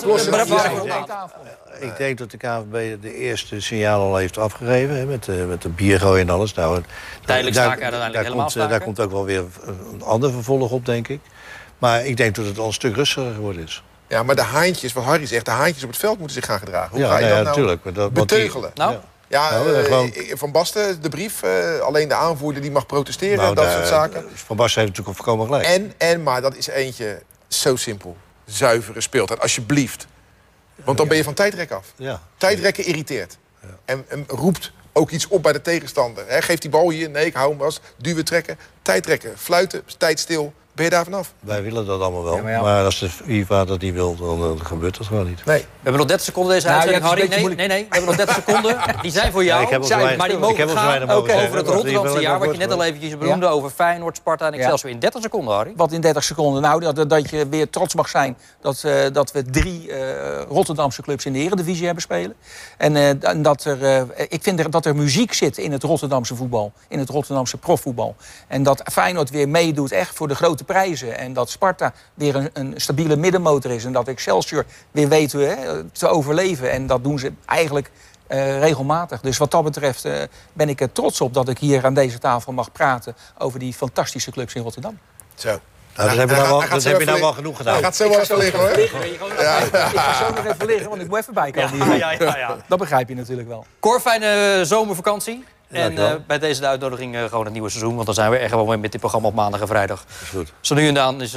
ja, Ik denk dat de K N V B de eerste signaal al heeft afgegeven. Hè, met, uh, met de biergooi en alles. Nou, tijdelijk daar, staken, uiteindelijk daar helemaal komt, staken. Daar komt ook wel weer een ander vervolg op, denk ik. Maar ik denk dat het al een stuk rustiger geworden is. Ja, maar de haantjes, wat Harry zegt, de haantjes op het veld moeten zich gaan gedragen. Hoe ja, ga je nou, dat ja, nou natuurlijk, dat, beteugelen? Nou? Ja. Ja, nou, uh, gewoon... Van Basten, de brief, uh, alleen de aanvoerder die mag protesteren, nou, dat de, soort zaken. Van Basten heeft natuurlijk voorkomen gelijk. En, en, maar dat is eentje zo simpel. Zuivere speeltijd, alsjeblieft. Want dan ben je van tijdrek af. Ja. Tijdrekken irriteert. Ja. En, en roept ook iets op bij de tegenstander. He, geef die bal hier, nee, ik hou hem vast. Duwen, trekken, tijdrekken, fluiten, tijd stil. Ben je daar vanaf? Wij willen dat allemaal wel. Ja, maar, ja. maar als de FIFA dat niet wil, dan, dan gebeurt dat gewoon niet. Nee. We hebben nog dertig seconden deze nou, uitzending, Harry. Nee, nee, nee, we hebben nog dertig seconden. Die zijn voor jou. Ja, ik heb Zijn, maar die mogen gaan okay. over het Rotterdamse jaar... wat je net al eventjes benoemde ja. over Feyenoord, Sparta en Excelsior. Ja. In dertig seconden, Harry. Wat in dertig seconden? Nou, dat, dat je weer trots mag zijn... dat, uh, dat we drie uh, Rotterdamse clubs in de Eredivisie hebben spelen. En uh, dat er, uh, ik vind er, dat er muziek zit in het Rotterdamse voetbal. In het Rotterdamse profvoetbal. En dat Feyenoord weer meedoet echt voor de grote prijzen. En dat Sparta weer een, een stabiele middenmotor is. En dat Excelsior weer weet hè, te overleven. En dat doen ze eigenlijk uh, regelmatig. Dus wat dat betreft uh, ben ik er trots op dat ik hier aan deze tafel mag praten over die fantastische clubs in Rotterdam. Zo. Nou, dat heb je nou wel, dat heb je nou wel genoeg gedaan. Hij gaat zo wel even liggen, hoor. Ja. Ik ga zo nog even liggen, want ik moet even bijkomen. Ja, ja, ja, ja. Dat begrijp je natuurlijk wel. Cor, fijne zomervakantie. Ja, en uh, bij deze uitnodiging uh, gewoon het nieuwe seizoen. Want dan zijn we er gewoon weer met dit programma op maandag en vrijdag. Dat is goed. Zo nu en dan is uh,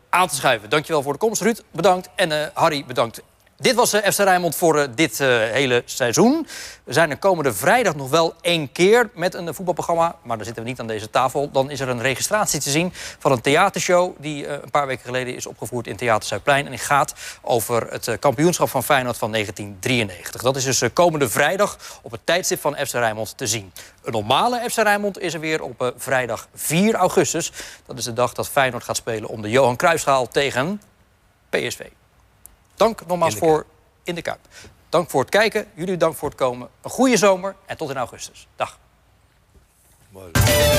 aan te schuiven. Dankjewel voor de komst, Ruud. Bedankt. En uh, Harry, bedankt. Dit was uh, F C Rijnmond voor uh, dit uh, hele seizoen. We zijn er komende vrijdag nog wel één keer met een uh, voetbalprogramma. Maar dan zitten we niet aan deze tafel. Dan is er een registratie te zien van een theatershow... die uh, een paar weken geleden is opgevoerd in Theater Zuidplein. En die gaat over het uh, kampioenschap van Feyenoord van negentien drieënnegentig. Dat is dus uh, komende vrijdag op het tijdstip van F C Rijnmond te zien. Een normale F C Rijnmond is er weer op uh, vrijdag vier augustus. Dat is de dag dat Feyenoord gaat spelen om de Johan Cruijffschaal tegen P S V. Dank nogmaals in voor In de Kuip. Dank voor het kijken. Jullie dank voor het komen. Een goede zomer en tot in augustus. Dag. Mooi.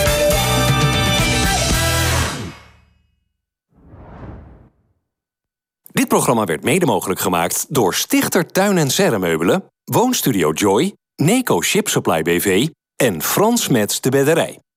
Dit programma werd mede mogelijk gemaakt door Stichter Tuin en Serremeubelen, Woonstudio Joy, Neco Ship Supply B V en Frans Metz de Bedderij.